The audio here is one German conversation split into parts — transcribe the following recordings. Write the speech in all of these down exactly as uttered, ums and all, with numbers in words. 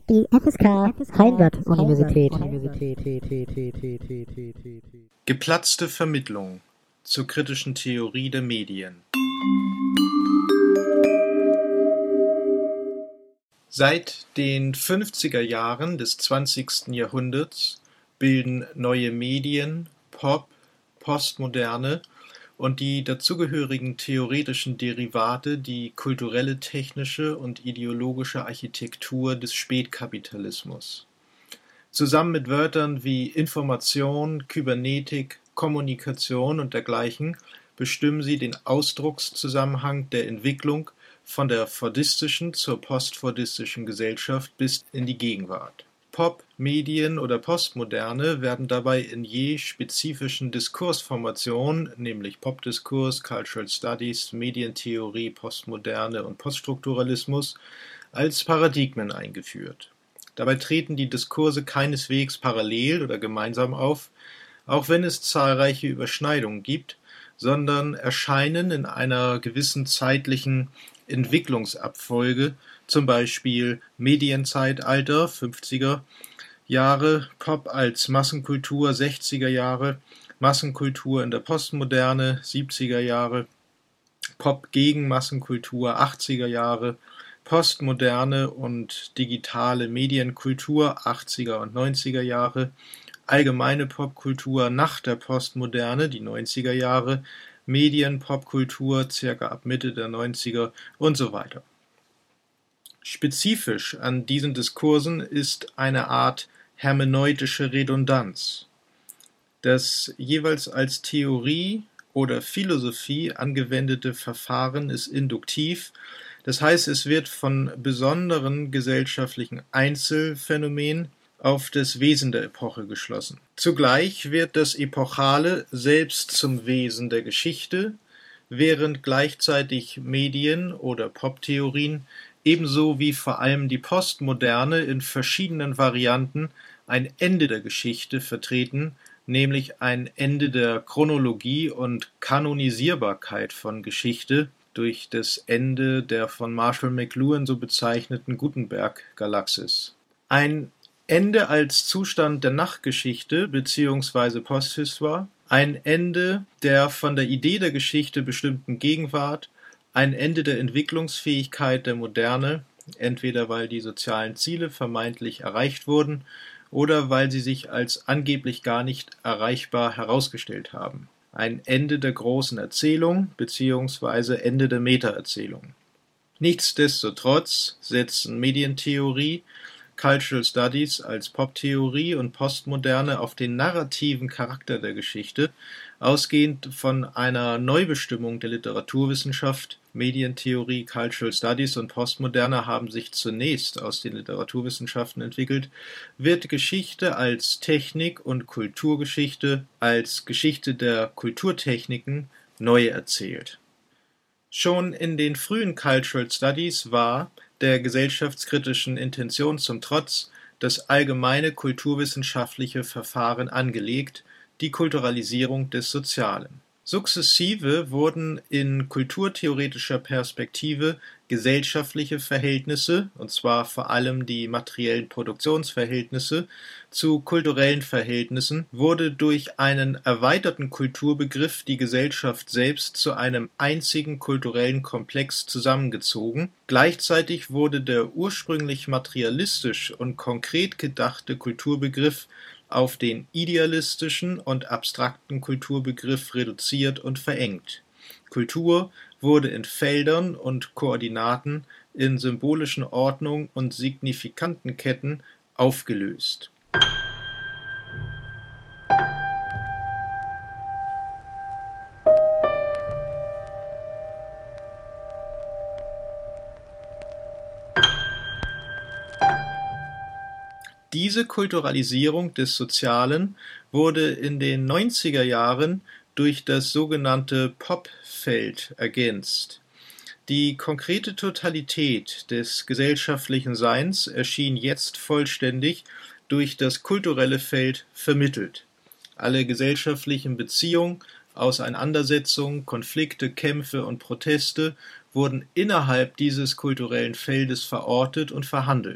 Die F S K Rheinland-Universität. Geplatzte Vermittlung zur kritischen Theorie der Medien. Seit den fünfziger Jahren des zwanzigsten Jahrhunderts bilden neue Medien, Pop, Postmoderne und die dazugehörigen theoretischen Derivate die kulturelle, technische und ideologische Architektur des Spätkapitalismus. Zusammen mit Wörtern wie Information, Kybernetik, Kommunikation und dergleichen bestimmen sie den Ausdruckszusammenhang der Entwicklung von der fordistischen zur postfordistischen Gesellschaft bis in die Gegenwart. Pop, Medien oder Postmoderne werden dabei in je spezifischen Diskursformationen, nämlich Popdiskurs, Cultural Studies, Medientheorie, Postmoderne und Poststrukturalismus, als Paradigmen eingeführt. Dabei treten die Diskurse keineswegs parallel oder gemeinsam auf, auch wenn es zahlreiche Überschneidungen gibt, sondern erscheinen in einer gewissen zeitlichen Entwicklungsabfolge, zum Beispiel Medienzeitalter, fünfziger Jahre, Pop als Massenkultur, sechziger Jahre, Massenkultur in der Postmoderne, siebziger Jahre, Pop gegen Massenkultur, achtziger Jahre, Postmoderne und digitale Medienkultur, achtziger und neunziger Jahre, allgemeine Popkultur nach der Postmoderne, die neunziger Jahre, Medien-Popkultur circa ab Mitte der neunziger und so weiter. Spezifisch an diesen Diskursen ist eine Art hermeneutische Redundanz. Das jeweils als Theorie oder Philosophie angewendete Verfahren ist induktiv, das heißt, es wird von besonderen gesellschaftlichen Einzelphänomenen auf das Wesen der Epoche geschlossen. Zugleich wird das Epochale selbst zum Wesen der Geschichte, während gleichzeitig Medien- oder Poptheorien ebenso wie vor allem die Postmoderne in verschiedenen Varianten ein Ende der Geschichte vertreten, nämlich ein Ende der Chronologie und Kanonisierbarkeit von Geschichte durch das Ende der von Marshall McLuhan so bezeichneten Gutenberg-Galaxis. Ein Ende als Zustand der Nachgeschichte bzw. Posthistoire, ein Ende der von der Idee der Geschichte bestimmten Gegenwart, ein Ende der Entwicklungsfähigkeit der Moderne, entweder weil die sozialen Ziele vermeintlich erreicht wurden oder weil sie sich als angeblich gar nicht erreichbar herausgestellt haben. Ein Ende der großen Erzählung bzw. Ende der Meta-Erzählung. Nichtsdestotrotz setzen Medientheorie, Cultural Studies als Poptheorie und Postmoderne auf den narrativen Charakter der Geschichte, ausgehend von einer Neubestimmung der Literaturwissenschaft. Medientheorie, Cultural Studies und Postmoderne haben sich zunächst aus den Literaturwissenschaften entwickelt, wird Geschichte als Technik- und Kulturgeschichte, als Geschichte der Kulturtechniken neu erzählt. Schon in den frühen Cultural Studies war, der gesellschaftskritischen Intention zum Trotz, das allgemeine kulturwissenschaftliche Verfahren angelegt, die Kulturalisierung des Sozialen. Sukzessive wurden in kulturtheoretischer Perspektive gesellschaftliche Verhältnisse, und zwar vor allem die materiellen Produktionsverhältnisse, zu kulturellen Verhältnissen, wurde durch einen erweiterten Kulturbegriff die Gesellschaft selbst zu einem einzigen kulturellen Komplex zusammengezogen. Gleichzeitig wurde der ursprünglich materialistisch und konkret gedachte Kulturbegriff auf den idealistischen und abstrakten Kulturbegriff reduziert und verengt. Kultur wurde in Feldern und Koordinaten, in symbolischen Ordnung und signifikanten Ketten aufgelöst. Diese Kulturalisierung des Sozialen wurde in den neunziger Jahren durch das sogenannte Popfeld ergänzt. Die konkrete Totalität des gesellschaftlichen Seins erschien jetzt vollständig durch das kulturelle Feld vermittelt. Alle gesellschaftlichen Beziehungen, Auseinandersetzungen, Konflikte, Kämpfe und Proteste wurden innerhalb dieses kulturellen Feldes verortet und verhandelt.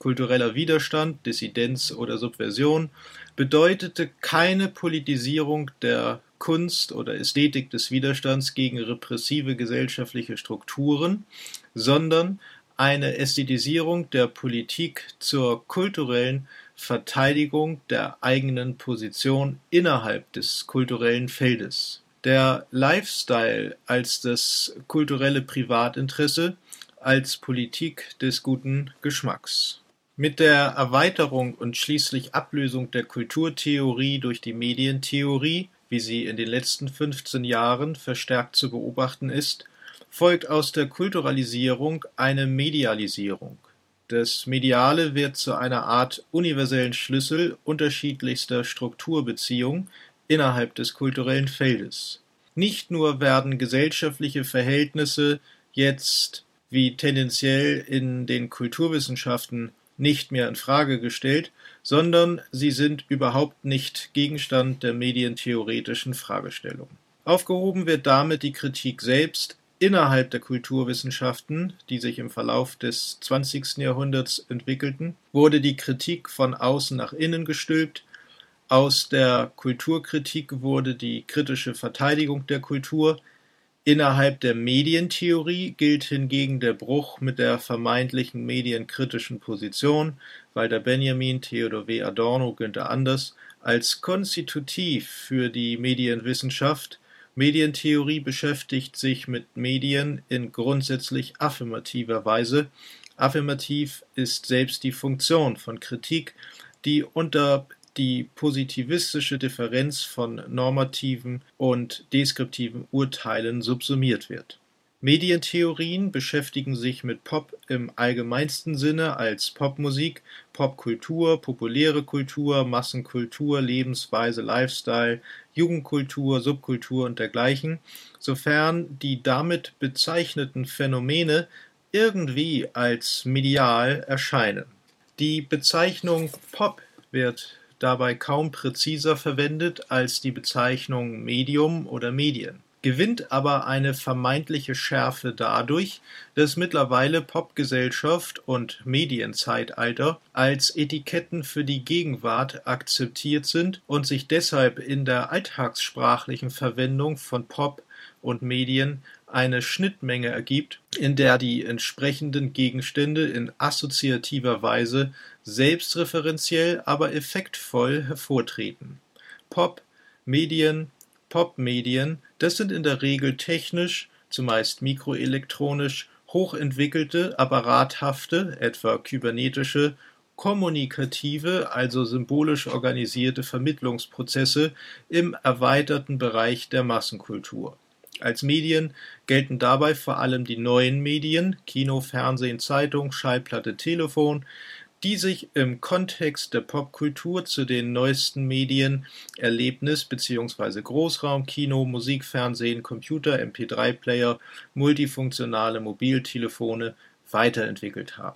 Kultureller Widerstand, Dissidenz oder Subversion bedeutete keine Politisierung der Kunst oder Ästhetik des Widerstands gegen repressive gesellschaftliche Strukturen, sondern eine Ästhetisierung der Politik zur kulturellen Verteidigung der eigenen Position innerhalb des kulturellen Feldes. Der Lifestyle als das kulturelle Privatinteresse, als Politik des guten Geschmacks. Mit der Erweiterung und schließlich Ablösung der Kulturtheorie durch die Medientheorie, wie sie in den letzten fünfzehn Jahren verstärkt zu beobachten ist, folgt aus der Kulturalisierung eine Medialisierung. Das Mediale wird zu einer Art universellen Schlüssel unterschiedlichster Strukturbeziehungen innerhalb des kulturellen Feldes. Nicht nur werden gesellschaftliche Verhältnisse jetzt, wie tendenziell in den Kulturwissenschaften, nicht mehr in Frage gestellt, sondern sie sind überhaupt nicht Gegenstand der medientheoretischen Fragestellung. Aufgehoben wird damit die Kritik selbst innerhalb der Kulturwissenschaften, die sich im Verlauf des zwanzigsten Jahrhunderts entwickelten, wurde die Kritik von außen nach innen gestülpt. Aus der Kulturkritik wurde die kritische Verteidigung der Kultur. Innerhalb der Medientheorie gilt hingegen der Bruch mit der vermeintlichen medienkritischen Position, Walter Benjamin, Theodor W. Adorno, Günther Anders, als konstitutiv für die Medienwissenschaft. Medientheorie beschäftigt sich mit Medien in grundsätzlich affirmativer Weise. Affirmativ ist selbst die Funktion von Kritik, die unter die positivistische Differenz von normativen und deskriptiven Urteilen subsumiert wird. Medientheorien beschäftigen sich mit Pop im allgemeinsten Sinne als Popmusik, Popkultur, populäre Kultur, Massenkultur, Lebensweise, Lifestyle, Jugendkultur, Subkultur und dergleichen, sofern die damit bezeichneten Phänomene irgendwie als medial erscheinen. Die Bezeichnung Pop wird dabei kaum präziser verwendet als die Bezeichnung Medium oder Medien, gewinnt aber eine vermeintliche Schärfe dadurch, dass mittlerweile Popgesellschaft und Medienzeitalter als Etiketten für die Gegenwart akzeptiert sind und sich deshalb in der alltagssprachlichen Verwendung von Pop und Medien eine Schnittmenge ergibt, in der die entsprechenden Gegenstände in assoziativer Weise selbstreferenziell, aber effektvoll hervortreten. Pop, Medien, Popmedien, das sind in der Regel technisch, zumeist mikroelektronisch, hochentwickelte, apparathafte, etwa kybernetische, kommunikative, also symbolisch organisierte Vermittlungsprozesse im erweiterten Bereich der Massenkultur. Als Medien gelten dabei vor allem die neuen Medien, Kino, Fernsehen, Zeitung, Schallplatte, Telefon, die sich im Kontext der Popkultur zu den neuesten Medien Erlebnis- bzw. Großraumkino, Musik, Fernsehen, Computer, M P drei Player, multifunktionale Mobiltelefone weiterentwickelt haben.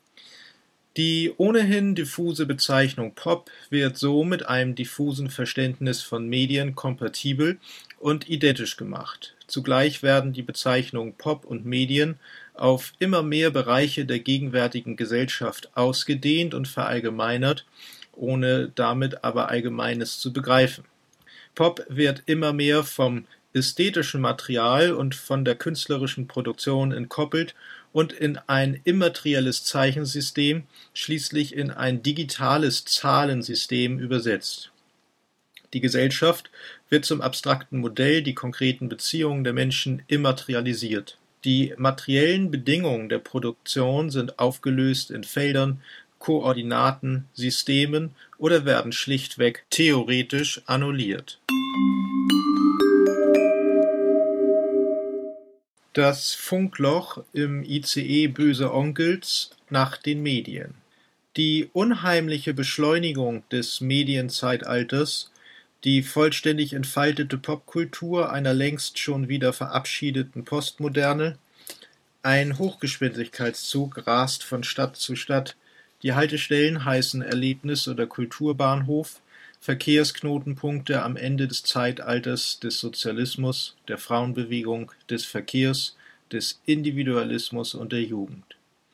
Die ohnehin diffuse Bezeichnung Pop wird so mit einem diffusen Verständnis von Medien kompatibel und identisch gemacht. Zugleich werden die Bezeichnungen Pop und Medien auf immer mehr Bereiche der gegenwärtigen Gesellschaft ausgedehnt und verallgemeinert, ohne damit aber Allgemeines zu begreifen. Pop wird immer mehr vom ästhetischen Material und von der künstlerischen Produktion entkoppelt und in ein immaterielles Zeichensystem, schließlich in ein digitales Zahlensystem übersetzt. Die Gesellschaft wird zum abstrakten Modell, die konkreten Beziehungen der Menschen immaterialisiert. Die materiellen Bedingungen der Produktion sind aufgelöst in Feldern, Koordinaten, Systemen oder werden schlichtweg theoretisch annulliert. Das Funkloch im I C E Böse Onkels nach den Medien. Die unheimliche Beschleunigung des Medienzeitalters, die vollständig entfaltete Popkultur einer längst schon wieder verabschiedeten Postmoderne, ein Hochgeschwindigkeitszug rast von Stadt zu Stadt, die Haltestellen heißen Erlebnis- oder Kulturbahnhof, Verkehrsknotenpunkte am Ende des Zeitalters des Sozialismus, der Frauenbewegung, des Verkehrs, des Individualismus und der Jugend.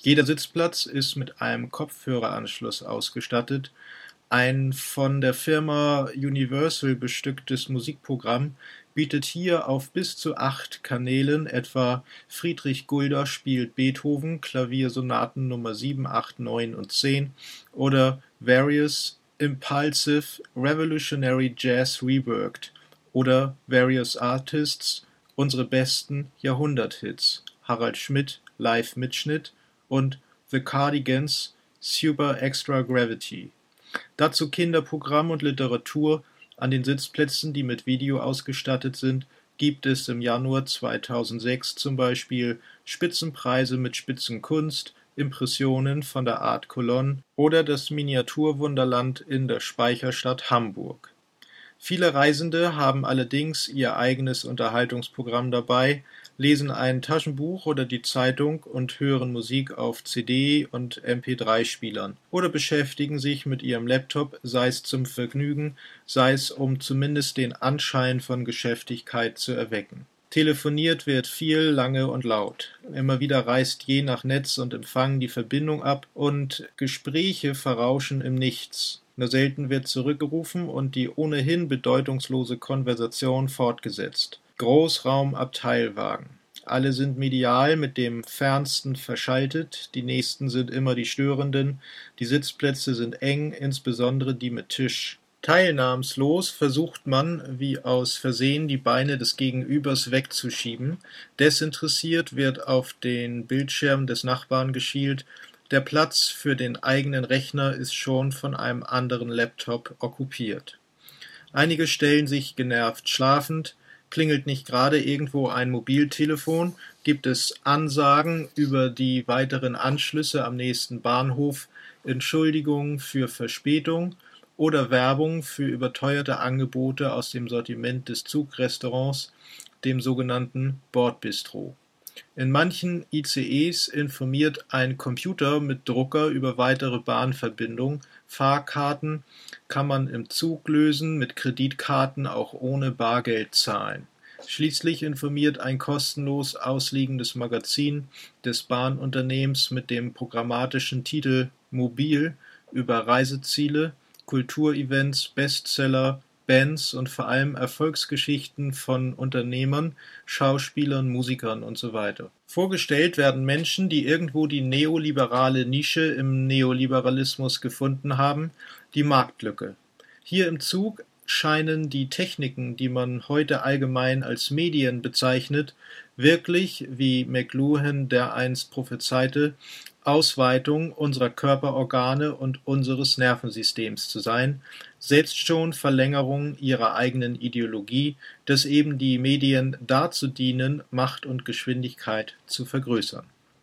Jeder Sitzplatz ist mit einem Kopfhöreranschluss ausgestattet. Ein von der Firma Universal bestücktes Musikprogramm bietet hier auf bis zu acht Kanälen, etwa Friedrich Gulder spielt Beethoven, Klaviersonaten Nummer sieben, acht, neun und zehn oder Various Impulsive Revolutionary Jazz Reworked oder Various Artists, unsere besten Jahrhunderthits, Harald Schmidt, Live-Mitschnitt und The Cardigans, Super Extra Gravity. Dazu Kinderprogramm und Literatur. An den Sitzplätzen, die mit Video ausgestattet sind, gibt es im Januar zweitausendsechs zum Beispiel Spitzenpreise mit Spitzenkunst, Impressionen von der Art Cologne oder das Miniaturwunderland in der Speicherstadt Hamburg. Viele Reisende haben allerdings ihr eigenes Unterhaltungsprogramm dabei, lesen ein Taschenbuch oder die Zeitung und hören Musik auf C D und M P drei Spielern oder beschäftigen sich mit ihrem Laptop, sei es zum Vergnügen, sei es um zumindest den Anschein von Geschäftigkeit zu erwecken. Telefoniert wird viel, lange und laut. Immer wieder reißt je nach Netz und Empfang die Verbindung ab und Gespräche verrauschen im Nichts. Nur selten wird zurückgerufen und die ohnehin bedeutungslose Konversation fortgesetzt. Großraumabteilwagen. Alle sind medial mit dem Fernsten verschaltet, die nächsten sind immer die Störenden, die Sitzplätze sind eng, insbesondere die mit Tisch. Teilnahmslos versucht man, wie aus Versehen, die Beine des Gegenübers wegzuschieben. Desinteressiert wird auf den Bildschirm des Nachbarn geschielt. Der Platz für den eigenen Rechner ist schon von einem anderen Laptop okkupiert. Einige stellen sich genervt schlafend. Klingelt nicht gerade irgendwo ein Mobiltelefon? Gibt es Ansagen über die weiteren Anschlüsse am nächsten Bahnhof, Entschuldigungen für Verspätung oder Werbung für überteuerte Angebote aus dem Sortiment des Zugrestaurants, dem sogenannten Bordbistro? In manchen I C Es informiert ein Computer mit Drucker über weitere Bahnverbindungen. Fahrkarten kann man im Zug lösen, mit Kreditkarten auch ohne Bargeld zahlen. Schließlich informiert ein kostenlos ausliegendes Magazin des Bahnunternehmens mit dem programmatischen Titel Mobil über Reiseziele, Kulturevents, Bestseller, Bands und vor allem Erfolgsgeschichten von Unternehmern, Schauspielern, Musikern usw. Vorgestellt werden Menschen, die irgendwo die neoliberale Nische im Neoliberalismus gefunden haben, die Marktlücke. Hier im Zug scheinen die Techniken, die man heute allgemein als Medien bezeichnet, wirklich, wie McLuhan dereinst prophezeite, Ausweitung unserer Körperorgane und unseres Nervensystems zu sein, selbst schon Verlängerung ihrer eigenen Ideologie, dass eben die Medien dazu dienen, Macht und Geschwindigkeit zu vergrößern.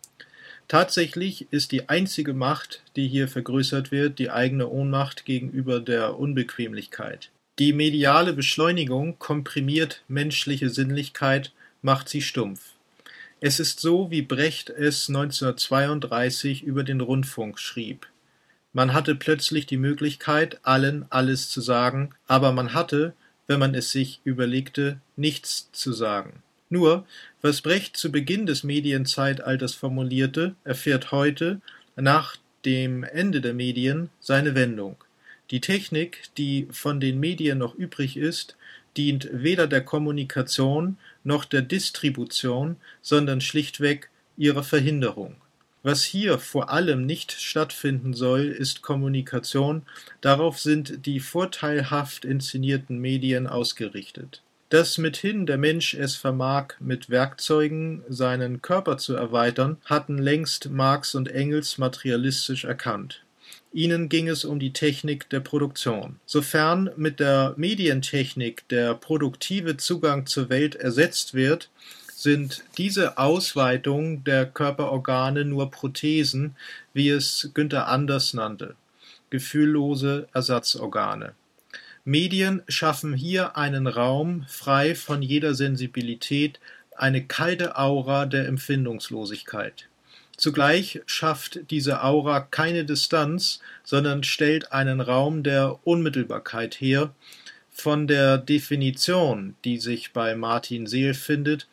Tatsächlich ist die einzige Macht, die hier vergrößert wird, die eigene Ohnmacht gegenüber der Unbequemlichkeit. Die mediale Beschleunigung komprimiert menschliche Sinnlichkeit, macht sie stumpf. Es ist so, wie Brecht es neunzehnhundertzweiunddreißig über den Rundfunk schrieb. Man hatte plötzlich die Möglichkeit, allen alles zu sagen, aber man hatte, wenn man es sich überlegte, nichts zu sagen. Nur, was Brecht zu Beginn des Medienzeitalters formulierte, erfährt heute, nach dem Ende der Medien, seine Wendung. Die Technik, die von den Medien noch übrig ist, dient weder der Kommunikation noch der Distribution, sondern schlichtweg ihrer Verhinderung. Was hier vor allem nicht stattfinden soll, ist Kommunikation, darauf sind die vorteilhaft inszenierten Medien ausgerichtet. Dass mithin der Mensch es vermag, mit Werkzeugen seinen Körper zu erweitern, hatten längst Marx und Engels materialistisch erkannt. Ihnen ging es um die Technik der Produktion. Sofern mit der Medientechnik der produktive Zugang zur Welt ersetzt wird, sind diese Ausweitungen der Körperorgane nur Prothesen, wie es Günther Anders nannte, gefühllose Ersatzorgane. Medien schaffen hier einen Raum frei von jeder Sensibilität, eine kalte Aura der Empfindungslosigkeit. Zugleich schafft diese Aura keine Distanz, sondern stellt einen Raum der Unmittelbarkeit her. Von der Definition, die sich bei Martin Seel findet,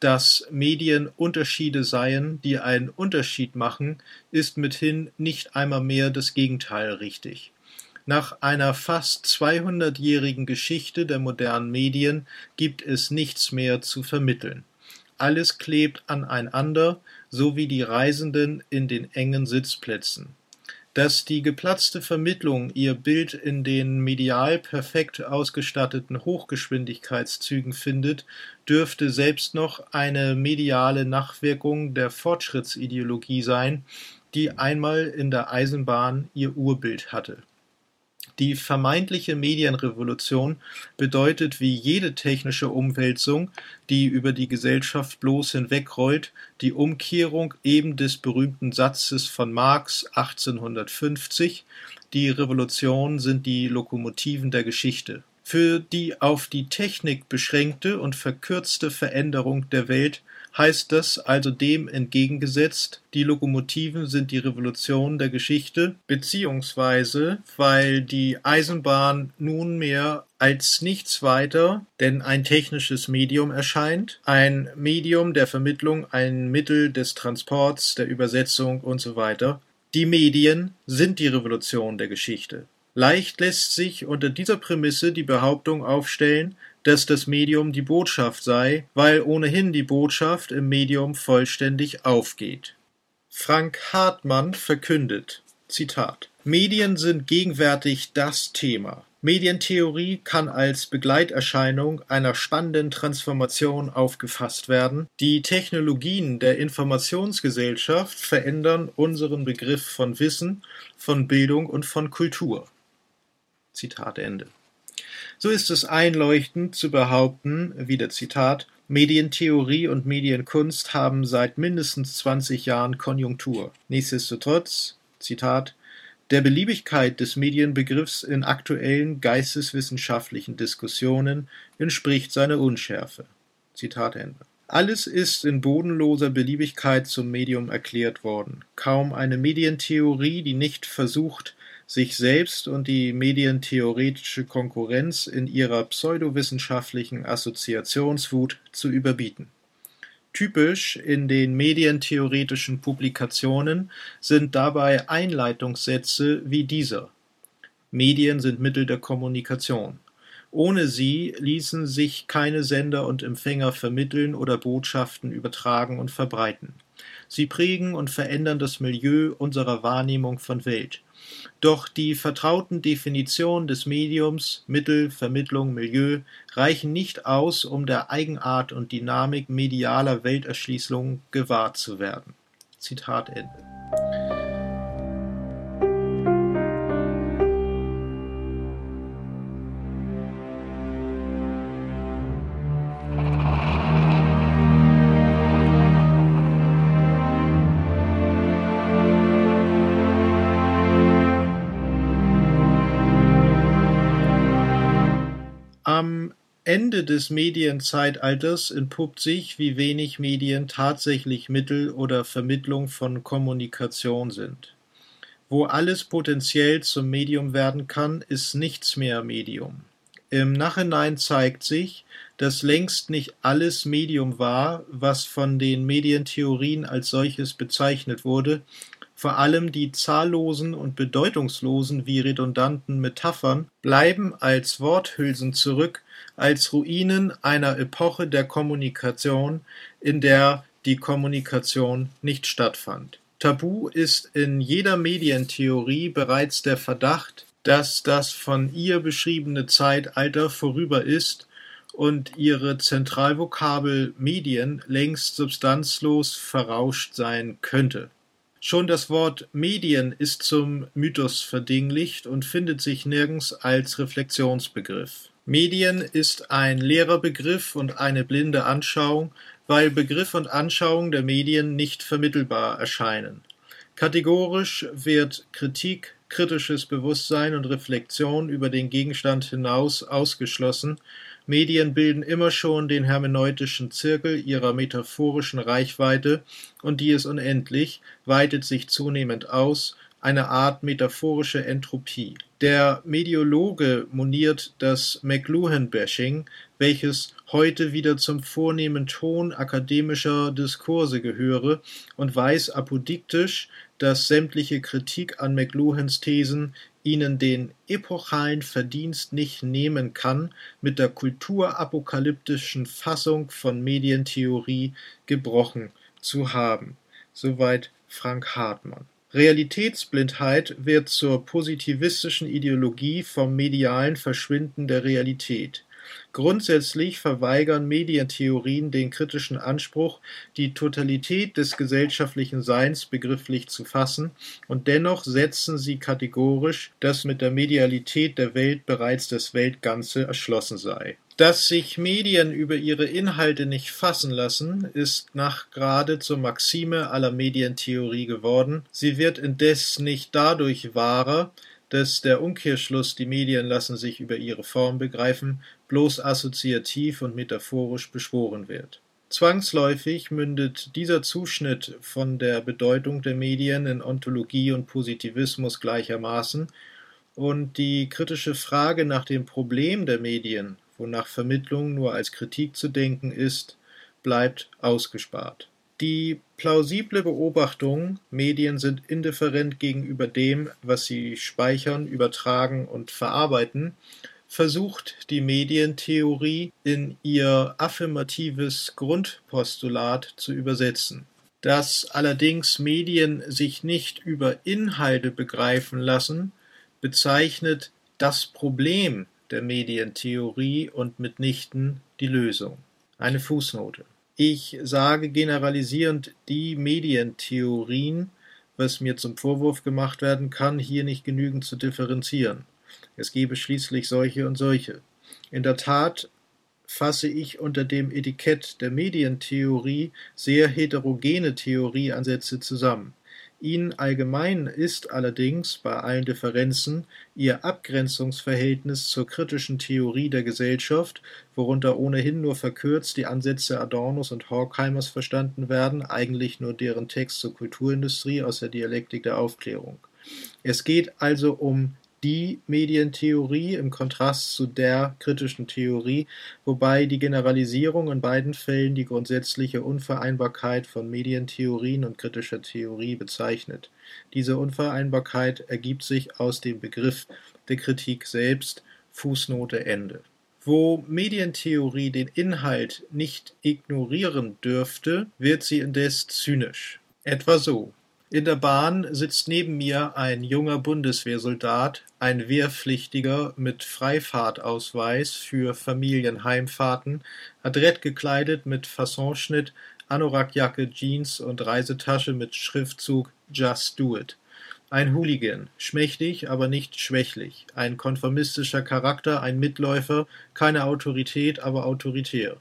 dass Medien Unterschiede seien, die einen Unterschied machen, ist mithin nicht einmal mehr das Gegenteil richtig. Nach einer fast zweihundertjährigen Geschichte der modernen Medien gibt es nichts mehr zu vermitteln. Alles klebt aneinander, so wie die Reisenden in den engen Sitzplätzen. Dass die geplatzte Vermittlung ihr Bild in den medial perfekt ausgestatteten Hochgeschwindigkeitszügen findet, dürfte selbst noch eine mediale Nachwirkung der Fortschrittsideologie sein, die einmal in der Eisenbahn ihr Urbild hatte. Die vermeintliche Medienrevolution bedeutet wie jede technische Umwälzung, die über die Gesellschaft bloß hinwegrollt, die Umkehrung eben des berühmten Satzes von Marx achtzehnhundertfünfzig: Die Revolutionen sind die Lokomotiven der Geschichte. Für die auf die Technik beschränkte und verkürzte Veränderung der Welt heißt das also dem entgegengesetzt, die Lokomotiven sind die Revolution der Geschichte, beziehungsweise weil die Eisenbahn nunmehr als nichts weiter denn ein technisches Medium erscheint, ein Medium der Vermittlung, ein Mittel des Transports, der Übersetzung und so weiter. Die Medien sind die Revolution der Geschichte. Leicht lässt sich unter dieser Prämisse die Behauptung aufstellen, dass das Medium die Botschaft sei, weil ohnehin die Botschaft im Medium vollständig aufgeht. Frank Hartmann verkündet, Zitat: Medien sind gegenwärtig das Thema. Medientheorie kann als Begleiterscheinung einer spannenden Transformation aufgefasst werden. Die Technologien der Informationsgesellschaft verändern unseren Begriff von Wissen, von Bildung und von Kultur. Zitat Ende. So ist es einleuchtend zu behaupten, wieder Zitat, Medientheorie und Medienkunst haben seit mindestens zwanzig Jahren Konjunktur. Nichtsdestotrotz, Zitat, der Beliebigkeit des Medienbegriffs in aktuellen geisteswissenschaftlichen Diskussionen entspricht seine Unschärfe. Zitat Ende. Alles ist in bodenloser Beliebigkeit zum Medium erklärt worden. Kaum eine Medientheorie, die nicht versucht, sich selbst und die medientheoretische Konkurrenz in ihrer pseudowissenschaftlichen Assoziationswut zu überbieten. Typisch in den medientheoretischen Publikationen sind dabei Einleitungssätze wie dieser: Medien sind Mittel der Kommunikation. Ohne sie ließen sich keine Sender und Empfänger vermitteln oder Botschaften übertragen und verbreiten. Sie prägen und verändern das Milieu unserer Wahrnehmung von Welt. Doch die vertrauten Definitionen des Mediums, Mittel, Vermittlung, Milieu reichen nicht aus, um der Eigenart und Dynamik medialer Welterschließung gewahr zu werden. Zitat Ende. Am Ende des Medienzeitalters entpuppt sich, wie wenig Medien tatsächlich Mittel oder Vermittlung von Kommunikation sind. Wo alles potenziell zum Medium werden kann, ist nichts mehr Medium. Im Nachhinein zeigt sich, dass längst nicht alles Medium war, was von den Medientheorien als solches bezeichnet wurde. Vor allem die zahllosen und bedeutungslosen wie redundanten Metaphern bleiben als Worthülsen zurück, als Ruinen einer Epoche der Kommunikation, in der die Kommunikation nicht stattfand. Tabu ist in jeder Medientheorie bereits der Verdacht, dass das von ihr beschriebene Zeitalter vorüber ist und ihre Zentralvokabel Medien längst substanzlos verrauscht sein könnte. Schon das Wort Medien ist zum Mythos verdinglicht und findet sich nirgends als Reflexionsbegriff. Medien ist ein leerer Begriff und eine blinde Anschauung, weil Begriff und Anschauung der Medien nicht vermittelbar erscheinen. Kategorisch wird Kritik, kritisches Bewusstsein und Reflexion über den Gegenstand hinaus ausgeschlossen. Medien bilden immer schon den hermeneutischen Zirkel ihrer metaphorischen Reichweite, und die ist unendlich, weitet sich zunehmend aus, eine Art metaphorische Entropie. Der Mediologe moniert das McLuhan-Bashing, welches heute wieder zum vornehmen Ton akademischer Diskurse gehöre, und weiß apodiktisch, dass sämtliche Kritik an McLuhans Thesen ihnen den epochalen Verdienst nicht nehmen kann, mit der kulturapokalyptischen Fassung von Medientheorie gebrochen zu haben. Soweit Frank Hartmann. Realitätsblindheit wird zur positivistischen Ideologie vom medialen Verschwinden der Realität. Grundsätzlich verweigern Medientheorien den kritischen Anspruch, die Totalität des gesellschaftlichen Seins begrifflich zu fassen, und dennoch setzen sie kategorisch, dass mit der Medialität der Welt bereits das Weltganze erschlossen sei. Dass sich Medien über ihre Inhalte nicht fassen lassen, ist nachgerade zur Maxime aller Medientheorie geworden. Sie wird indes nicht dadurch wahrer, dass der Umkehrschluss, die Medien lassen sich über ihre Form begreifen, bloß assoziativ und metaphorisch beschworen wird. Zwangsläufig mündet dieser Zuschnitt von der Bedeutung der Medien in Ontologie und Positivismus gleichermaßen, und die kritische Frage nach dem Problem der Medien, wonach Vermittlung nur als Kritik zu denken ist, bleibt ausgespart. Die plausible Beobachtung, Medien sind indifferent gegenüber dem, was sie speichern, übertragen und verarbeiten, versucht die Medientheorie in ihr affirmatives Grundpostulat zu übersetzen. Dass allerdings Medien sich nicht über Inhalte begreifen lassen, bezeichnet das Problem der Medientheorie und mitnichten die Lösung. Eine Fußnote. Ich sage generalisierend die Medientheorien, was mir zum Vorwurf gemacht werden kann, hier nicht genügend zu differenzieren. Es gebe schließlich solche und solche. In der Tat fasse ich unter dem Etikett der Medientheorie sehr heterogene Theorieansätze zusammen. Ihnen allgemein ist allerdings bei allen Differenzen ihr Abgrenzungsverhältnis zur kritischen Theorie der Gesellschaft, worunter ohnehin nur verkürzt die Ansätze Adornos und Horkheimers verstanden werden, eigentlich nur deren Text zur Kulturindustrie aus der Dialektik der Aufklärung. Es geht also um die Medientheorie im Kontrast zu der kritischen Theorie, wobei die Generalisierung in beiden Fällen die grundsätzliche Unvereinbarkeit von Medientheorien und kritischer Theorie bezeichnet. Diese Unvereinbarkeit ergibt sich aus dem Begriff der Kritik selbst. Fußnote Ende. Wo Medientheorie den Inhalt nicht ignorieren dürfte, wird sie indes zynisch. Etwa so: In der Bahn sitzt neben mir ein junger Bundeswehrsoldat, ein Wehrpflichtiger mit Freifahrtausweis für Familienheimfahrten, adrett gekleidet mit Fassonschnitt, Anorakjacke, Jeans und Reisetasche mit Schriftzug „Just do it". Ein Hooligan, schmächtig, aber nicht schwächlich, ein konformistischer Charakter, ein Mitläufer, keine Autorität, aber autoritär.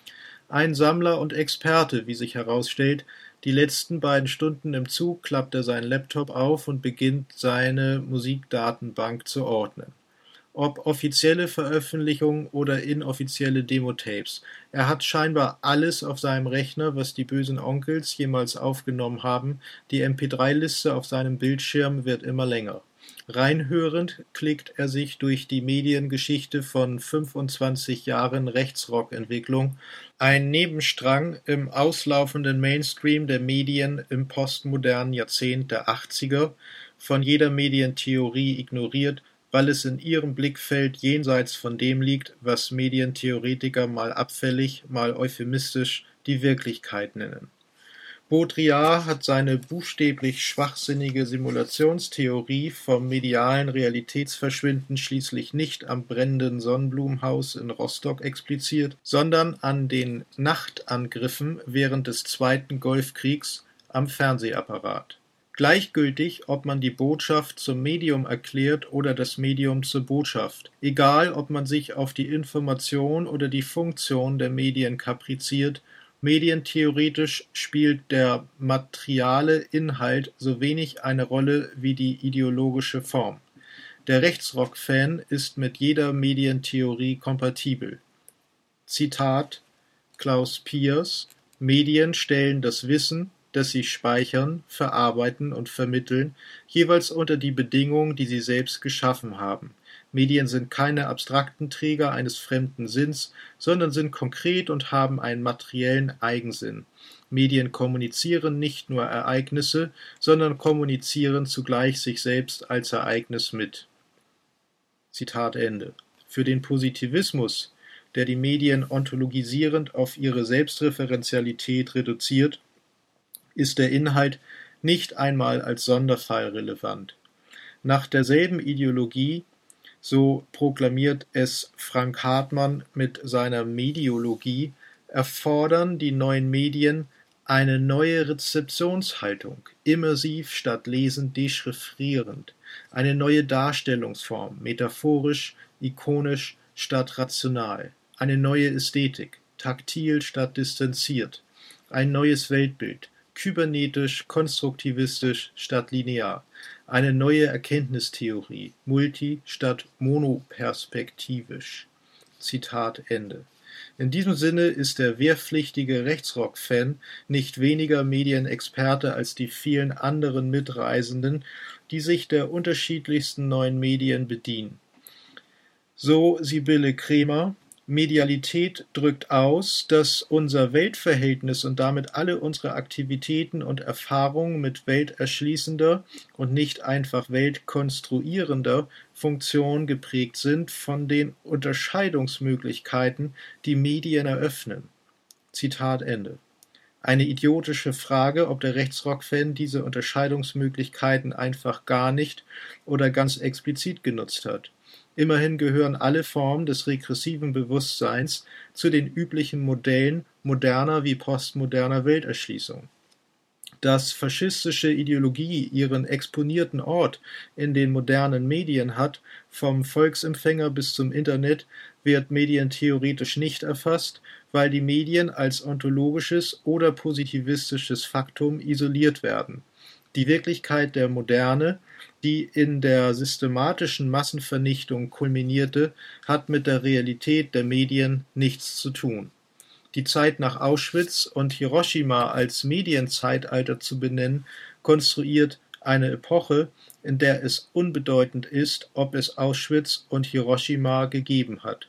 Ein Sammler und Experte, wie sich herausstellt. Die letzten beiden Stunden im Zug klappt er seinen Laptop auf und beginnt, seine Musikdatenbank zu ordnen. Ob offizielle Veröffentlichungen oder inoffizielle Demotapes. Er hat scheinbar alles auf seinem Rechner, was die bösen Onkels jemals aufgenommen haben. Die M P drei Liste auf seinem Bildschirm wird immer länger. Reinhörend klickt er sich durch die Mediengeschichte von fünfundzwanzig Jahren Rechtsrock-Entwicklung, ein Nebenstrang im auslaufenden Mainstream der Medien im postmodernen Jahrzehnt der achtziger, von jeder Medientheorie ignoriert, weil es in ihrem Blickfeld jenseits von dem liegt, was Medientheoretiker mal abfällig, mal euphemistisch die Wirklichkeit nennen. Baudrillard hat seine buchstäblich schwachsinnige Simulationstheorie vom medialen Realitätsverschwinden schließlich nicht am brennenden Sonnenblumenhaus in Rostock expliziert, sondern an den Nachtangriffen während des Zweiten Golfkriegs am Fernsehapparat. Gleichgültig, ob man die Botschaft zum Medium erklärt oder das Medium zur Botschaft. Egal, ob man sich auf die Information oder die Funktion der Medien kapriziert, medientheoretisch spielt der materiale Inhalt so wenig eine Rolle wie die ideologische Form. Der Rechtsrock-Fan ist mit jeder Medientheorie kompatibel. Zitat Klaus Piers: Medien stellen das Wissen, das sie speichern, verarbeiten und vermitteln, jeweils unter die Bedingungen, die sie selbst geschaffen haben. Medien sind keine abstrakten Träger eines fremden Sinns, sondern sind konkret und haben einen materiellen Eigensinn. Medien kommunizieren nicht nur Ereignisse, sondern kommunizieren zugleich sich selbst als Ereignis mit. Zitat Ende. Für den Positivismus, der die Medien ontologisierend auf ihre Selbstreferenzialität reduziert, ist der Inhalt nicht einmal als Sonderfall relevant. Nach derselben Ideologie, so proklamiert es Frank Hartmann mit seiner Mediologie, erfordern die neuen Medien eine neue Rezeptionshaltung, immersiv statt lesend dechiffrierend, eine neue Darstellungsform, metaphorisch, ikonisch statt rational, eine neue Ästhetik, taktil statt distanziert, ein neues Weltbild, kybernetisch, konstruktivistisch statt linear, eine neue Erkenntnistheorie, multi statt monoperspektivisch. Zitat Ende. In diesem Sinne ist der wehrpflichtige Rechtsrock-Fan nicht weniger Medienexperte als die vielen anderen Mitreisenden, die sich der unterschiedlichsten neuen Medien bedienen. So Sibylle Kremer: Medialität drückt aus, dass unser Weltverhältnis und damit alle unsere Aktivitäten und Erfahrungen mit welterschließender und nicht einfach weltkonstruierender Funktion geprägt sind von den Unterscheidungsmöglichkeiten, die Medien eröffnen. Zitat Ende. Eine idiotische Frage, ob der Rechtsrock-Fan diese Unterscheidungsmöglichkeiten einfach gar nicht oder ganz explizit genutzt hat. Immerhin gehören alle Formen des regressiven Bewusstseins zu den üblichen Modellen moderner wie postmoderner Welterschließung. Dass faschistische Ideologie ihren exponierten Ort in den modernen Medien hat, vom Volksempfänger bis zum Internet, wird medientheoretisch nicht erfasst, weil die Medien als ontologisches oder positivistisches Faktum isoliert werden. Die Wirklichkeit der Moderne, die in der systematischen Massenvernichtung kulminierte, hat mit der Realität der Medien nichts zu tun. Die Zeit nach Auschwitz und Hiroshima als Medienzeitalter zu benennen, konstruiert eine Epoche, in der es unbedeutend ist, ob es Auschwitz und Hiroshima gegeben hat.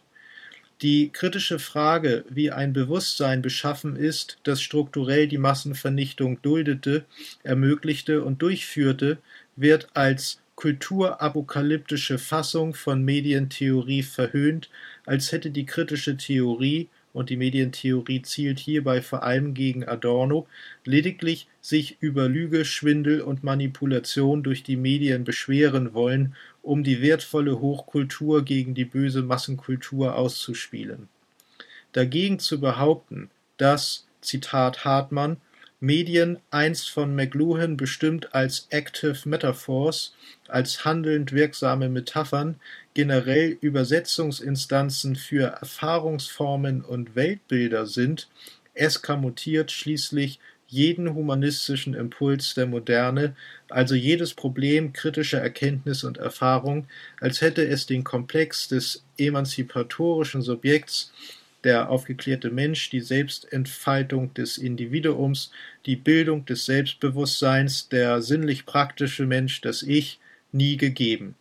Die kritische Frage, wie ein Bewusstsein beschaffen ist, das strukturell die Massenvernichtung duldete, ermöglichte und durchführte, wird als kulturapokalyptische Fassung von Medientheorie verhöhnt, als hätte die kritische Theorie, und die Medientheorie zielt hierbei vor allem gegen Adorno, lediglich sich über Lüge, Schwindel und Manipulation durch die Medien beschweren wollen, um die wertvolle Hochkultur gegen die böse Massenkultur auszuspielen. Dagegen zu behaupten, dass, Zitat Hartmann, Medien einst von McLuhan bestimmt als Active Metaphors, als handelnd wirksame Metaphern, generell Übersetzungsinstanzen für Erfahrungsformen und Weltbilder sind, eskamotiert schließlich jeden humanistischen Impuls der Moderne, also jedes Problem kritischer Erkenntnis und Erfahrung, als hätte es den Komplex des emanzipatorischen Subjekts, der aufgeklärte Mensch, die Selbstentfaltung des Individuums, die Bildung des Selbstbewusstseins, der sinnlich-praktische Mensch, das Ich, nie gegeben.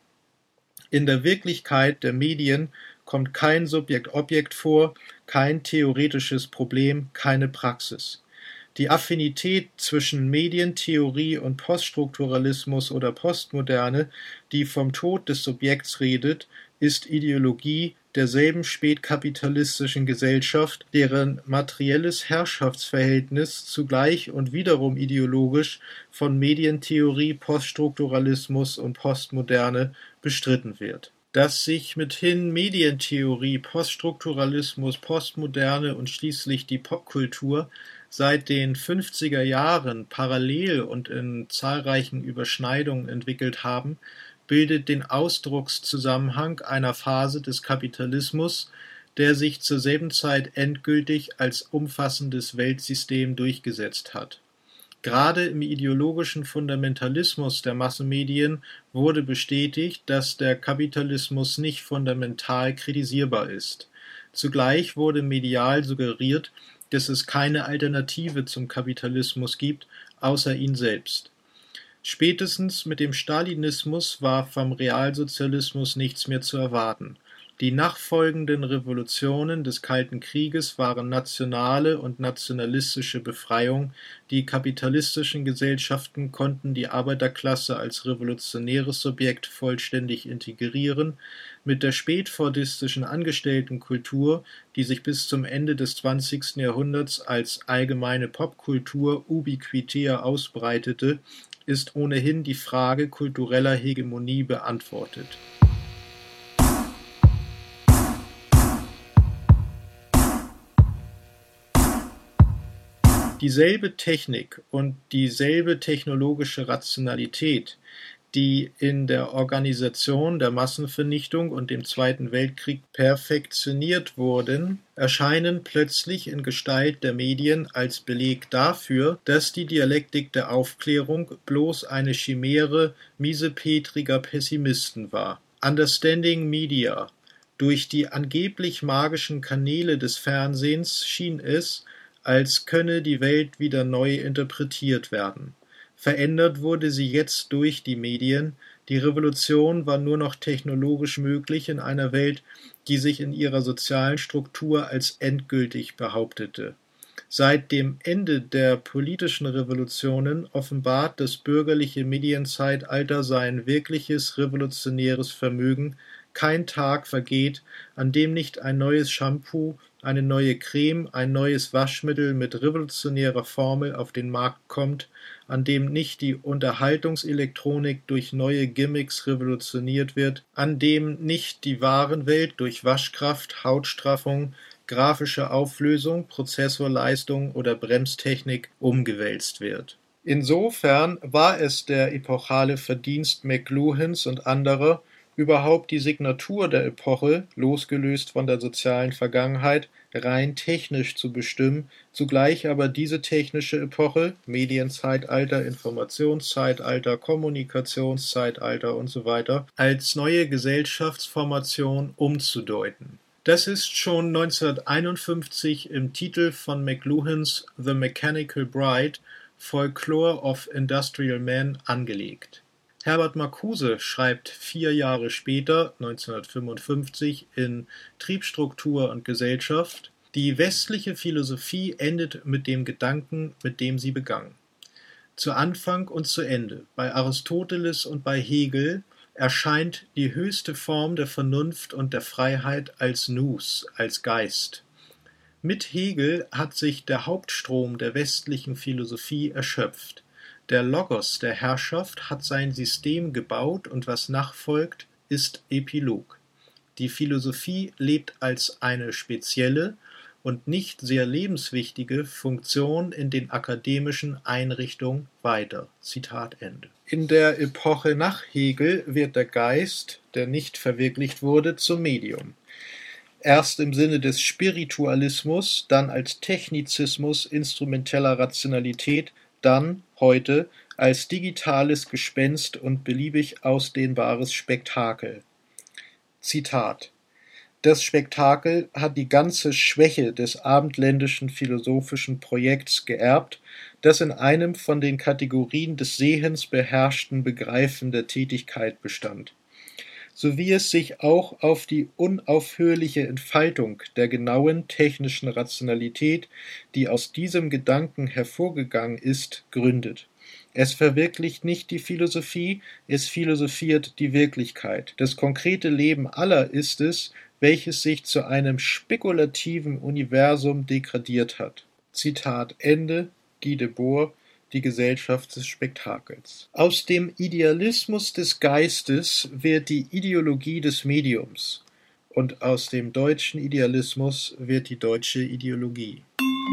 In der Wirklichkeit der Medien kommt kein Subjekt-Objekt vor, kein theoretisches Problem, keine Praxis. Die Affinität zwischen Medientheorie und Poststrukturalismus oder Postmoderne, die vom Tod des Subjekts redet, ist Ideologie derselben spätkapitalistischen Gesellschaft, deren materielles Herrschaftsverhältnis zugleich und wiederum ideologisch von Medientheorie, Poststrukturalismus und Postmoderne bestritten wird. Dass sich mithin Medientheorie, Poststrukturalismus, Postmoderne und schließlich die Popkultur seit den fünfziger Jahren parallel und in zahlreichen Überschneidungen entwickelt haben, bildet den Ausdruckszusammenhang einer Phase des Kapitalismus, der sich zur selben Zeit endgültig als umfassendes Weltsystem durchgesetzt hat. Gerade im ideologischen Fundamentalismus der Massenmedien wurde bestätigt, dass der Kapitalismus nicht fundamental kritisierbar ist. Zugleich wurde medial suggeriert, dass es keine Alternative zum Kapitalismus gibt, außer ihn selbst. Spätestens mit dem Stalinismus war vom Realsozialismus nichts mehr zu erwarten. Die nachfolgenden Revolutionen des Kalten Krieges waren nationale und nationalistische Befreiung, die kapitalistischen Gesellschaften konnten die Arbeiterklasse als revolutionäres Subjekt vollständig integrieren, mit der spätfordistischen Angestelltenkultur, die sich bis zum Ende des zwanzigsten Jahrhunderts als allgemeine Popkultur ubiquitär ausbreitete, ist ohnehin die Frage kultureller Hegemonie beantwortet. Dieselbe Technik und dieselbe technologische Rationalität, die in der Organisation der Massenvernichtung und dem Zweiten Weltkrieg perfektioniert wurden, erscheinen plötzlich in Gestalt der Medien als Beleg dafür, dass die Dialektik der Aufklärung bloß eine Chimäre miesepetriger Pessimisten war. Understanding Media. Durch die angeblich magischen Kanäle des Fernsehens schien es, als könne die Welt wieder neu interpretiert werden. Verändert wurde sie jetzt durch die Medien, die Revolution war nur noch technologisch möglich in einer Welt, die sich in ihrer sozialen Struktur als endgültig behauptete. Seit dem Ende der politischen Revolutionen offenbart das bürgerliche Medienzeitalter sein wirkliches revolutionäres Vermögen. Kein Tag vergeht, an dem nicht ein neues Shampoo, eine neue Creme, ein neues Waschmittel mit revolutionärer Formel auf den Markt kommt, an dem nicht die Unterhaltungselektronik durch neue Gimmicks revolutioniert wird, an dem nicht die Warenwelt durch Waschkraft, Hautstraffung, grafische Auflösung, Prozessorleistung oder Bremstechnik umgewälzt wird. Insofern war es der epochale Verdienst McLuhans und anderer, überhaupt die Signatur der Epoche, losgelöst von der sozialen Vergangenheit, rein technisch zu bestimmen, zugleich aber diese technische Epoche, Medienzeitalter, Informationszeitalter, Kommunikationszeitalter usw., als neue Gesellschaftsformation umzudeuten. Das ist schon neunzehnhunderteinundfünfzig im Titel von McLuhans The Mechanical Bride, Folklore of Industrial Man angelegt. Herbert Marcuse schreibt vier Jahre später, neunzehnhundertfünfundfünfzig, in Triebstruktur und Gesellschaft: Die westliche Philosophie endet mit dem Gedanken, mit dem sie begann. Zu Anfang und zu Ende, bei Aristoteles und bei Hegel, erscheint die höchste Form der Vernunft und der Freiheit als Nous, als Geist. Mit Hegel hat sich der Hauptstrom der westlichen Philosophie erschöpft. Der Logos der Herrschaft hat sein System gebaut und was nachfolgt, ist Epilog. Die Philosophie lebt als eine spezielle und nicht sehr lebenswichtige Funktion in den akademischen Einrichtungen weiter. Zitat Ende. In der Epoche nach Hegel wird der Geist, der nicht verwirklicht wurde, zum Medium. Erst im Sinne des Spiritualismus, dann als Technizismus instrumenteller Rationalität, dann, heute, als digitales Gespenst und beliebig ausdehnbares Spektakel. Zitat: Das Spektakel hat die ganze Schwäche des abendländischen philosophischen Projekts geerbt, das in einem von den Kategorien des Sehens beherrschten Begreifen der Tätigkeit bestand. So wie es sich auch auf die unaufhörliche Entfaltung der genauen technischen Rationalität, die aus diesem Gedanken hervorgegangen ist, gründet. Es verwirklicht nicht die Philosophie, es philosophiert die Wirklichkeit. Das konkrete Leben aller ist es, welches sich zu einem spekulativen Universum degradiert hat. Zitat Ende, Guy Debord, Die Gesellschaft des Spektakels. Aus dem Idealismus des Geistes wird die Ideologie des Mediums und aus dem deutschen Idealismus wird die deutsche Ideologie.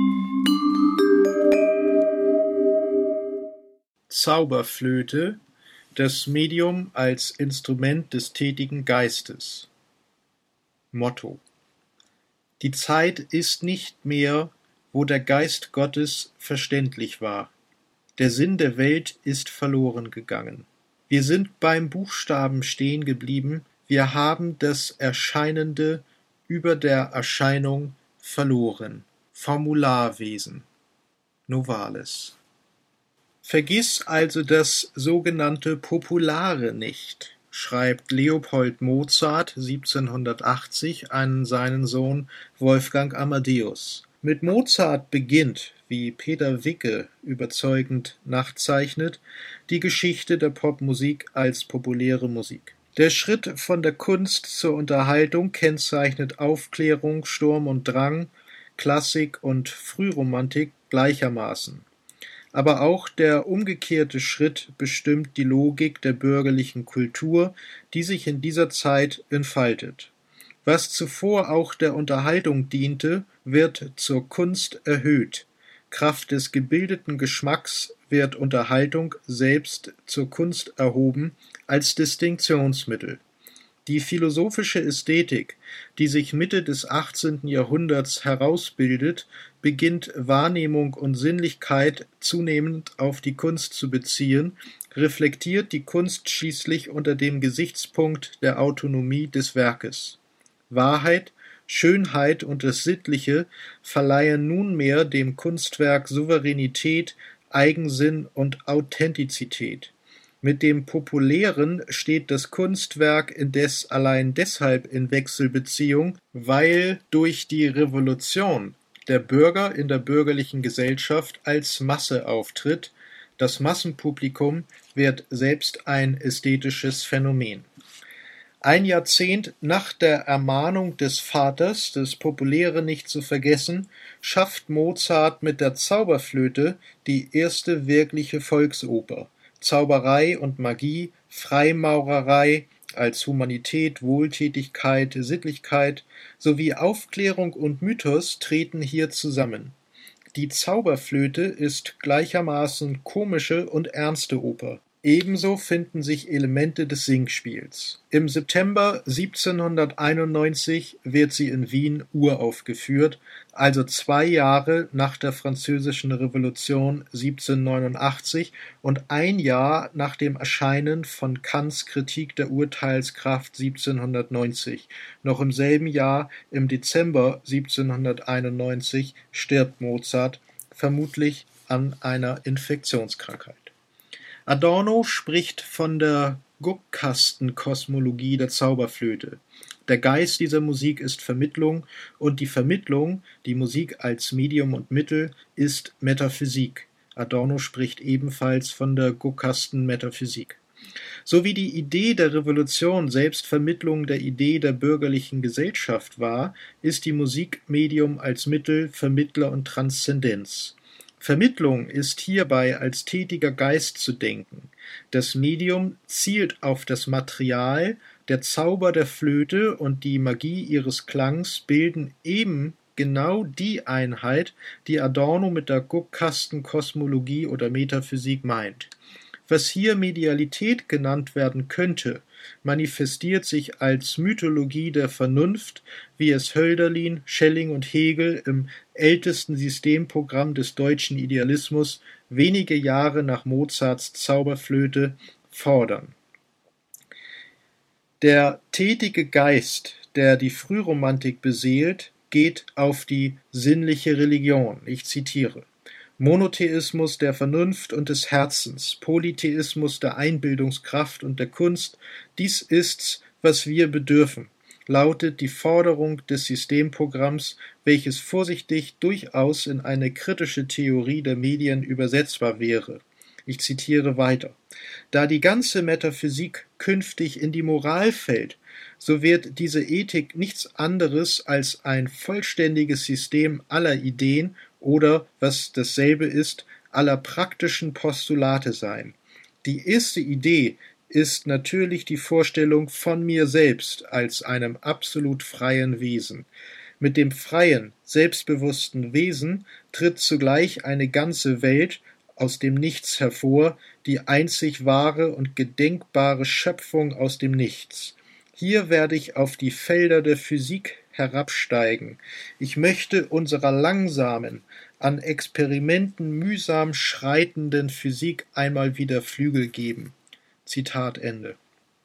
Zauberflöte, das Medium als Instrument des tätigen Geistes. Motto: Die Zeit ist nicht mehr, wo der Geist Gottes verständlich war. Der Sinn der Welt ist verloren gegangen. Wir sind beim Buchstaben stehen geblieben, wir haben das Erscheinende über der Erscheinung verloren. Formularwesen. Novalis. Vergiss also das sogenannte Populare nicht, schreibt Leopold Mozart siebzehnhundertachtzig an seinen Sohn Wolfgang Amadeus. Mit Mozart beginnt, wie Peter Wicke überzeugend nachzeichnet, die Geschichte der Popmusik als populäre Musik. Der Schritt von der Kunst zur Unterhaltung kennzeichnet Aufklärung, Sturm und Drang, Klassik und Frühromantik gleichermaßen. Aber auch der umgekehrte Schritt bestimmt die Logik der bürgerlichen Kultur, die sich in dieser Zeit entfaltet. Was zuvor auch der Unterhaltung diente, wird zur Kunst erhöht. Kraft des gebildeten Geschmacks wird Unterhaltung selbst zur Kunst erhoben als Distinktionsmittel. Die philosophische Ästhetik, die sich Mitte des achtzehnten Jahrhunderts herausbildet, beginnt Wahrnehmung und Sinnlichkeit zunehmend auf die Kunst zu beziehen, reflektiert die Kunst schließlich unter dem Gesichtspunkt der Autonomie des Werkes. Wahrheit, Schönheit und das Sittliche verleihen nunmehr dem Kunstwerk Souveränität, Eigensinn und Authentizität. Mit dem Populären steht das Kunstwerk indes allein deshalb in Wechselbeziehung, weil durch die Revolution der Bürger in der bürgerlichen Gesellschaft als Masse auftritt. Das Massenpublikum wird selbst ein ästhetisches Phänomen. Ein Jahrzehnt nach der Ermahnung des Vaters, das Populäre nicht zu vergessen, schafft Mozart mit der Zauberflöte die erste wirkliche Volksoper. Zauberei und Magie, Freimaurerei als Humanität, Wohltätigkeit, Sittlichkeit sowie Aufklärung und Mythos treten hier zusammen. Die Zauberflöte ist gleichermaßen komische und ernste Oper. Ebenso finden sich Elemente des Singspiels. Im September siebzehnhunderteinundneunzig wird sie in Wien uraufgeführt, also zwei Jahre nach der Französischen Revolution siebzehnhundertneunundachtzig und ein Jahr nach dem Erscheinen von Kants Kritik der Urteilskraft siebzehnhundertneunzig. Noch im selben Jahr, im Dezember siebzehnhunderteinundneunzig, stirbt Mozart, vermutlich an einer Infektionskrankheit. Adorno spricht von der Guckkastenkosmologie der Zauberflöte. Der Geist dieser Musik ist Vermittlung und die Vermittlung, die Musik als Medium und Mittel, ist Metaphysik. Adorno spricht ebenfalls von der Guckkastenmetaphysik. So wie die Idee der Revolution selbst Vermittlung der Idee der bürgerlichen Gesellschaft war, ist die Musik Medium als Mittel, Vermittler und Transzendenz. Vermittlung ist hierbei als tätiger Geist zu denken. Das Medium zielt auf das Material, der Zauber der Flöte und die Magie ihres Klangs bilden eben genau die Einheit, die Adorno mit der Guckkastenkosmologie oder Metaphysik meint. Was hier Medialität genannt werden könnte, manifestiert sich als Mythologie der Vernunft, wie es Hölderlin, Schelling und Hegel im ältesten Systemprogramm des deutschen Idealismus wenige Jahre nach Mozarts Zauberflöte fordern. Der tätige Geist, der die Frühromantik beseelt, geht auf die sinnliche Religion. Ich zitiere: Monotheismus der Vernunft und des Herzens, Polytheismus der Einbildungskraft und der Kunst, dies ist's, was wir bedürfen, lautet die Forderung des Systemprogramms, welches vorsichtig durchaus in eine kritische Theorie der Medien übersetzbar wäre. Ich zitiere weiter: Da die ganze Metaphysik künftig in die Moral fällt, so wird diese Ethik nichts anderes als ein vollständiges System aller Ideen oder, was dasselbe ist, aller praktischen Postulate sein. Die erste Idee ist natürlich die Vorstellung von mir selbst als einem absolut freien Wesen. Mit dem freien, selbstbewussten Wesen tritt zugleich eine ganze Welt aus dem Nichts hervor, die einzig wahre und gedenkbare Schöpfung aus dem Nichts. Hier werde ich auf die Felder der Physik herabsteigen. Ich möchte unserer langsamen, an Experimenten mühsam schreitenden Physik einmal wieder Flügel geben. Zitat Ende.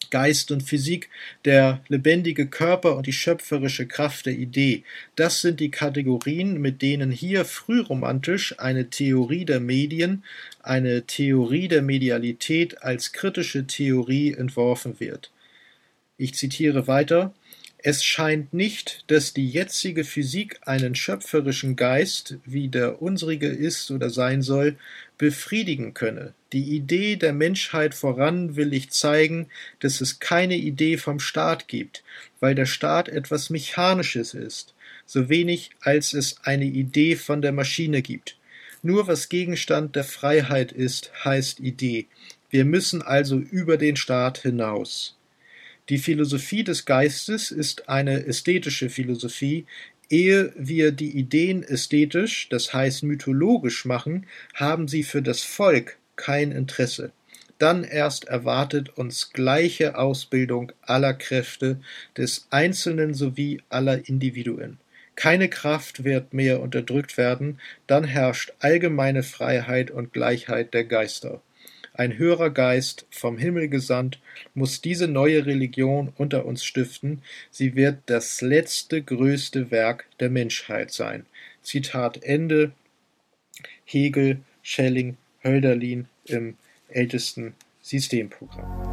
Geist und Physik, der lebendige Körper und die schöpferische Kraft der Idee. Das sind die Kategorien, mit denen hier frühromantisch eine Theorie der Medien, eine Theorie der Medialität als kritische Theorie entworfen wird. Ich zitiere weiter: Es scheint nicht, dass die jetzige Physik einen schöpferischen Geist, wie der unsrige ist oder sein soll, befriedigen könne. Die Idee der Menschheit voran will ich zeigen, dass es keine Idee vom Staat gibt, weil der Staat etwas Mechanisches ist, so wenig als es eine Idee von der Maschine gibt. Nur was Gegenstand der Freiheit ist, heißt Idee. Wir müssen also über den Staat hinaus. Die Philosophie des Geistes ist eine ästhetische Philosophie. Ehe wir die Ideen ästhetisch, das heißt mythologisch machen, haben sie für das Volk kein Interesse. Dann erst erwartet uns gleiche Ausbildung aller Kräfte des Einzelnen sowie aller Individuen. Keine Kraft wird mehr unterdrückt werden, dann herrscht allgemeine Freiheit und Gleichheit der Geister. Ein höherer Geist, vom Himmel gesandt, muss diese neue Religion unter uns stiften. Sie wird das letzte, größte Werk der Menschheit sein. Zitat Ende. Hegel, Schelling, Hölderlin im ältesten Systemprogramm.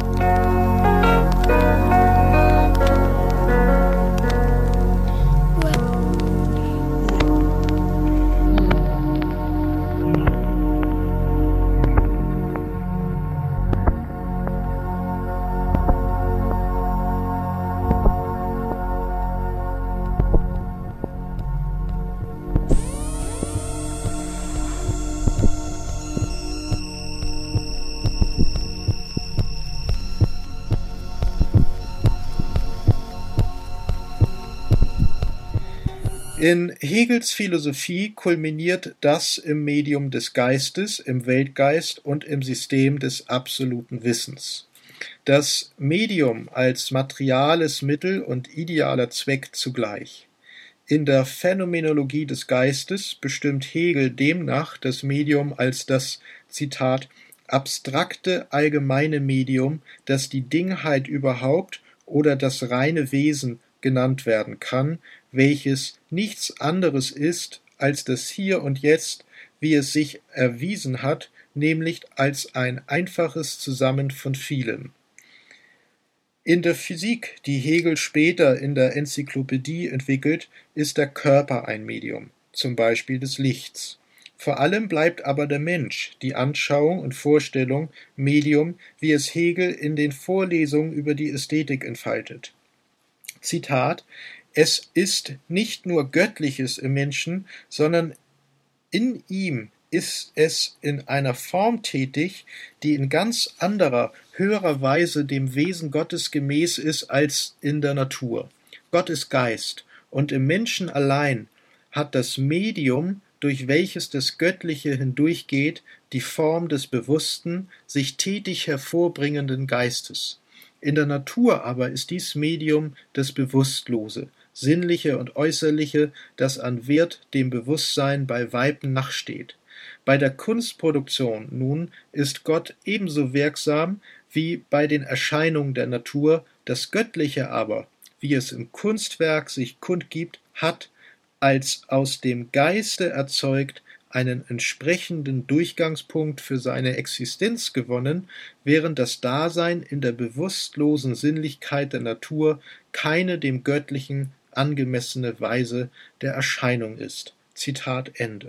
In Hegels Philosophie kulminiert das im Medium des Geistes, im Weltgeist und im System des absoluten Wissens. Das Medium als materiales Mittel und idealer Zweck zugleich. In der Phänomenologie des Geistes bestimmt Hegel demnach das Medium als das, Zitat, abstrakte allgemeine Medium, das die Dingheit überhaupt oder das reine Wesen genannt werden kann, welches nichts anderes ist als das Hier und Jetzt, wie es sich erwiesen hat, nämlich als ein einfaches Zusammen von vielen. In der Physik, die Hegel später in der Enzyklopädie entwickelt, ist der Körper ein Medium, zum Beispiel des Lichts. Vor allem bleibt aber der Mensch, die Anschauung und Vorstellung, Medium, wie es Hegel in den Vorlesungen über die Ästhetik entfaltet. Zitat: Es ist nicht nur Göttliches im Menschen, sondern in ihm ist es in einer Form tätig, die in ganz anderer, höherer Weise dem Wesen Gottes gemäß ist als in der Natur. Gott ist Geist, und im Menschen allein hat das Medium, durch welches das Göttliche hindurchgeht, die Form des bewussten, sich tätig hervorbringenden Geistes. In der Natur aber ist dies Medium das Bewusstlose, Sinnliche und Äußerliche, das an Wert dem Bewusstsein bei Weitem nachsteht. Bei der Kunstproduktion nun ist Gott ebenso wirksam wie bei den Erscheinungen der Natur, das Göttliche aber, wie es im Kunstwerk sich kundgibt, hat, als aus dem Geiste erzeugt, einen entsprechenden Durchgangspunkt für seine Existenz gewonnen, während das Dasein in der bewusstlosen Sinnlichkeit der Natur keine dem Göttlichen angemessene Weise der Erscheinung ist. Zitat Ende.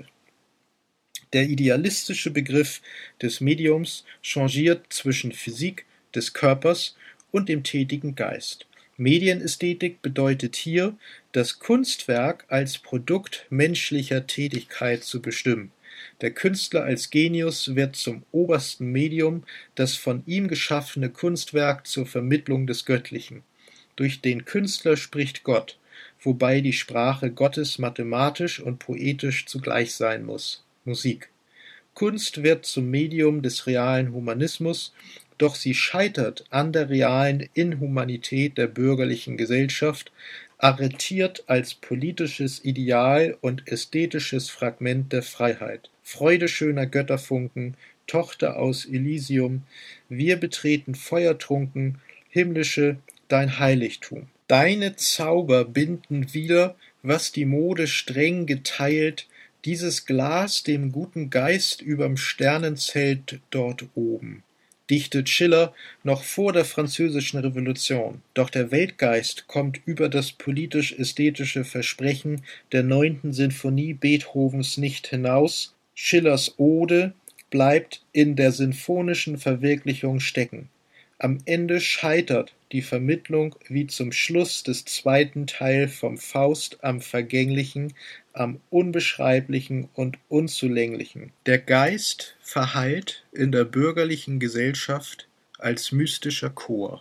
Der idealistische Begriff des Mediums changiert zwischen Physik des Körpers und dem tätigen Geist. Medienästhetik bedeutet hier, das Kunstwerk als Produkt menschlicher Tätigkeit zu bestimmen. Der Künstler als Genius wird zum obersten Medium, das von ihm geschaffene Kunstwerk zur Vermittlung des Göttlichen. Durch den Künstler spricht Gott, wobei die Sprache Gottes mathematisch und poetisch zugleich sein muss. Musik. Kunst wird zum Medium des realen Humanismus, doch sie scheitert an der realen Inhumanität der bürgerlichen Gesellschaft, arretiert als politisches Ideal und ästhetisches Fragment der Freiheit. Freude schöner Götterfunken, Tochter aus Elysium, wir betreten feuertrunken himmlische, dein Heiligtum. Deine Zauber binden wieder, was die Mode streng geteilt, dieses Glas dem guten Geist überm Sternenzelt dort oben, dichtet Schiller noch vor der Französischen Revolution. Doch der Weltgeist kommt über das politisch-ästhetische Versprechen der neunten Sinfonie Beethovens nicht hinaus. Schillers Ode bleibt in der sinfonischen Verwirklichung stecken. Am Ende scheitert die Vermittlung wie zum Schluss des zweiten Teil vom Faust am Vergänglichen, am Unbeschreiblichen und Unzulänglichen. Der Geist verhallt in der bürgerlichen Gesellschaft als mystischer Chor.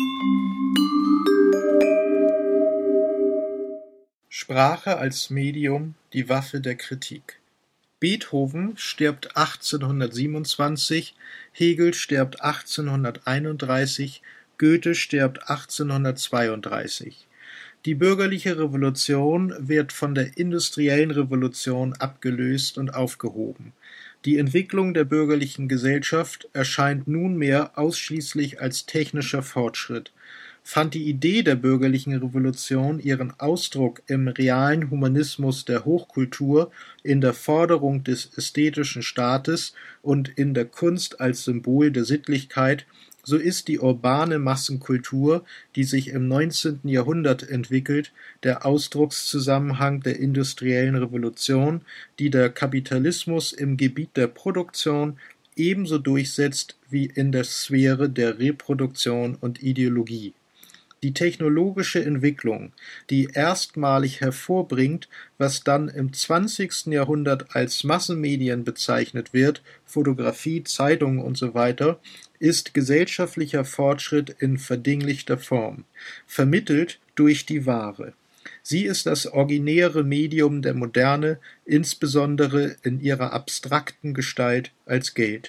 Sprache als Medium, die Waffe der Kritik. Beethoven stirbt achtzehnhundertsiebenundzwanzig, Hegel stirbt achtzehnhunderteinunddreißig, Goethe stirbt achtzehnhundertzweiunddreißig. Die bürgerliche Revolution wird von der industriellen Revolution abgelöst und aufgehoben. Die Entwicklung der bürgerlichen Gesellschaft erscheint nunmehr ausschließlich als technischer Fortschritt. Fand die Idee der bürgerlichen Revolution ihren Ausdruck im realen Humanismus der Hochkultur, in der Forderung des ästhetischen Staates und in der Kunst als Symbol der Sittlichkeit, so ist die urbane Massenkultur, die sich im neunzehnten Jahrhundert entwickelt, der Ausdruckszusammenhang der industriellen Revolution, die der Kapitalismus im Gebiet der Produktion ebenso durchsetzt wie in der Sphäre der Reproduktion und Ideologie. Die technologische Entwicklung, die erstmalig hervorbringt, was dann im zwanzigsten Jahrhundert als Massenmedien bezeichnet wird, Fotografie, Zeitungen usw., ist gesellschaftlicher Fortschritt in verdinglichter Form, vermittelt durch die Ware. Sie ist das originäre Medium der Moderne, insbesondere in ihrer abstrakten Gestalt als Geld.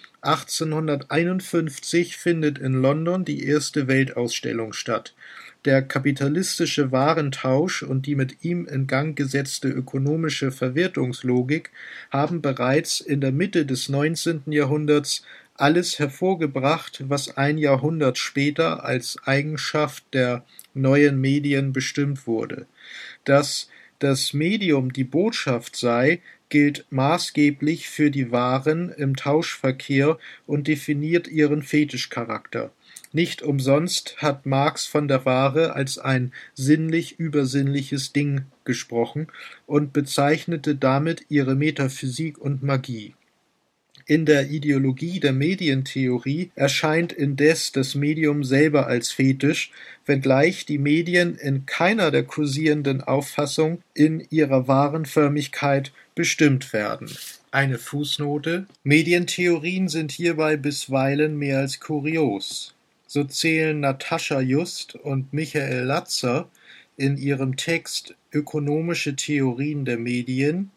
achtzehnhunderteinundfünfzig findet in London die erste Weltausstellung statt. Der kapitalistische Warentausch und die mit ihm in Gang gesetzte ökonomische Verwertungslogik haben bereits in der Mitte des neunzehnten Jahrhunderts alles hervorgebracht, was ein Jahrhundert später als Eigenschaft der neuen Medien bestimmt wurde. Dass das Medium die Botschaft sei, gilt maßgeblich für die Waren im Tauschverkehr und definiert ihren Fetischcharakter. Nicht umsonst hat Marx von der Ware als ein sinnlich-übersinnliches Ding gesprochen und bezeichnete damit ihre Metaphysik und Magie. In der Ideologie der Medientheorie erscheint indes das Medium selber als Fetisch, wenngleich die Medien in keiner der kursierenden Auffassungen in ihrer wahren Förmigkeit bestimmt werden. Eine Fußnote: Medientheorien sind hierbei bisweilen mehr als kurios. So zählen Natascha Just und Michael Latzer in ihrem Text »Ökonomische Theorien der Medien«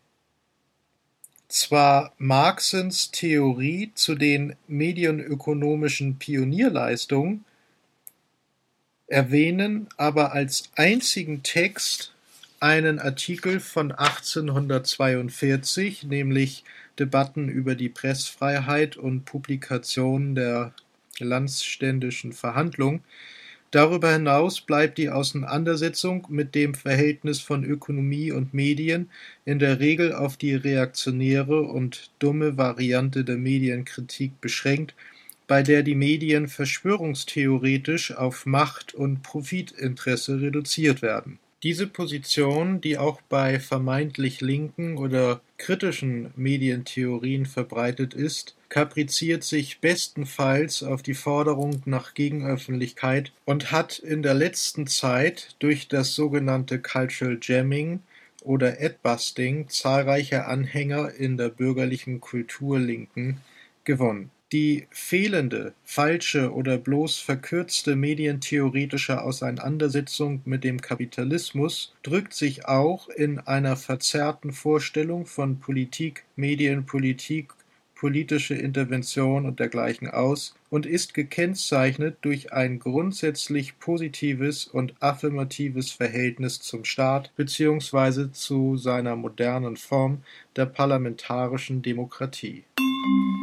zwar Marxens Theorie zu den medienökonomischen Pionierleistungen, erwähnen aber als einzigen Text einen Artikel von achtzehnhundertzweiundvierzig, nämlich Debatten über die Pressfreiheit und Publikation der Landständischen Verhandlung. Darüber hinaus bleibt die Auseinandersetzung mit dem Verhältnis von Ökonomie und Medien in der Regel auf die reaktionäre und dumme Variante der Medienkritik beschränkt, bei der die Medien verschwörungstheoretisch auf Macht und Profitinteresse reduziert werden. Diese Position, die auch bei vermeintlich linken oder kritischen Medientheorien verbreitet ist, kapriziert sich bestenfalls auf die Forderung nach Gegenöffentlichkeit und hat in der letzten Zeit durch das sogenannte Cultural Jamming oder Adbusting zahlreiche Anhänger in der bürgerlichen Kulturlinken gewonnen. Die fehlende, falsche oder bloß verkürzte medientheoretische Auseinandersetzung mit dem Kapitalismus drückt sich auch in einer verzerrten Vorstellung von Politik, Medienpolitik, politische Intervention und dergleichen aus und ist gekennzeichnet durch ein grundsätzlich positives und affirmatives Verhältnis zum Staat bzw. zu seiner modernen Form der parlamentarischen Demokratie.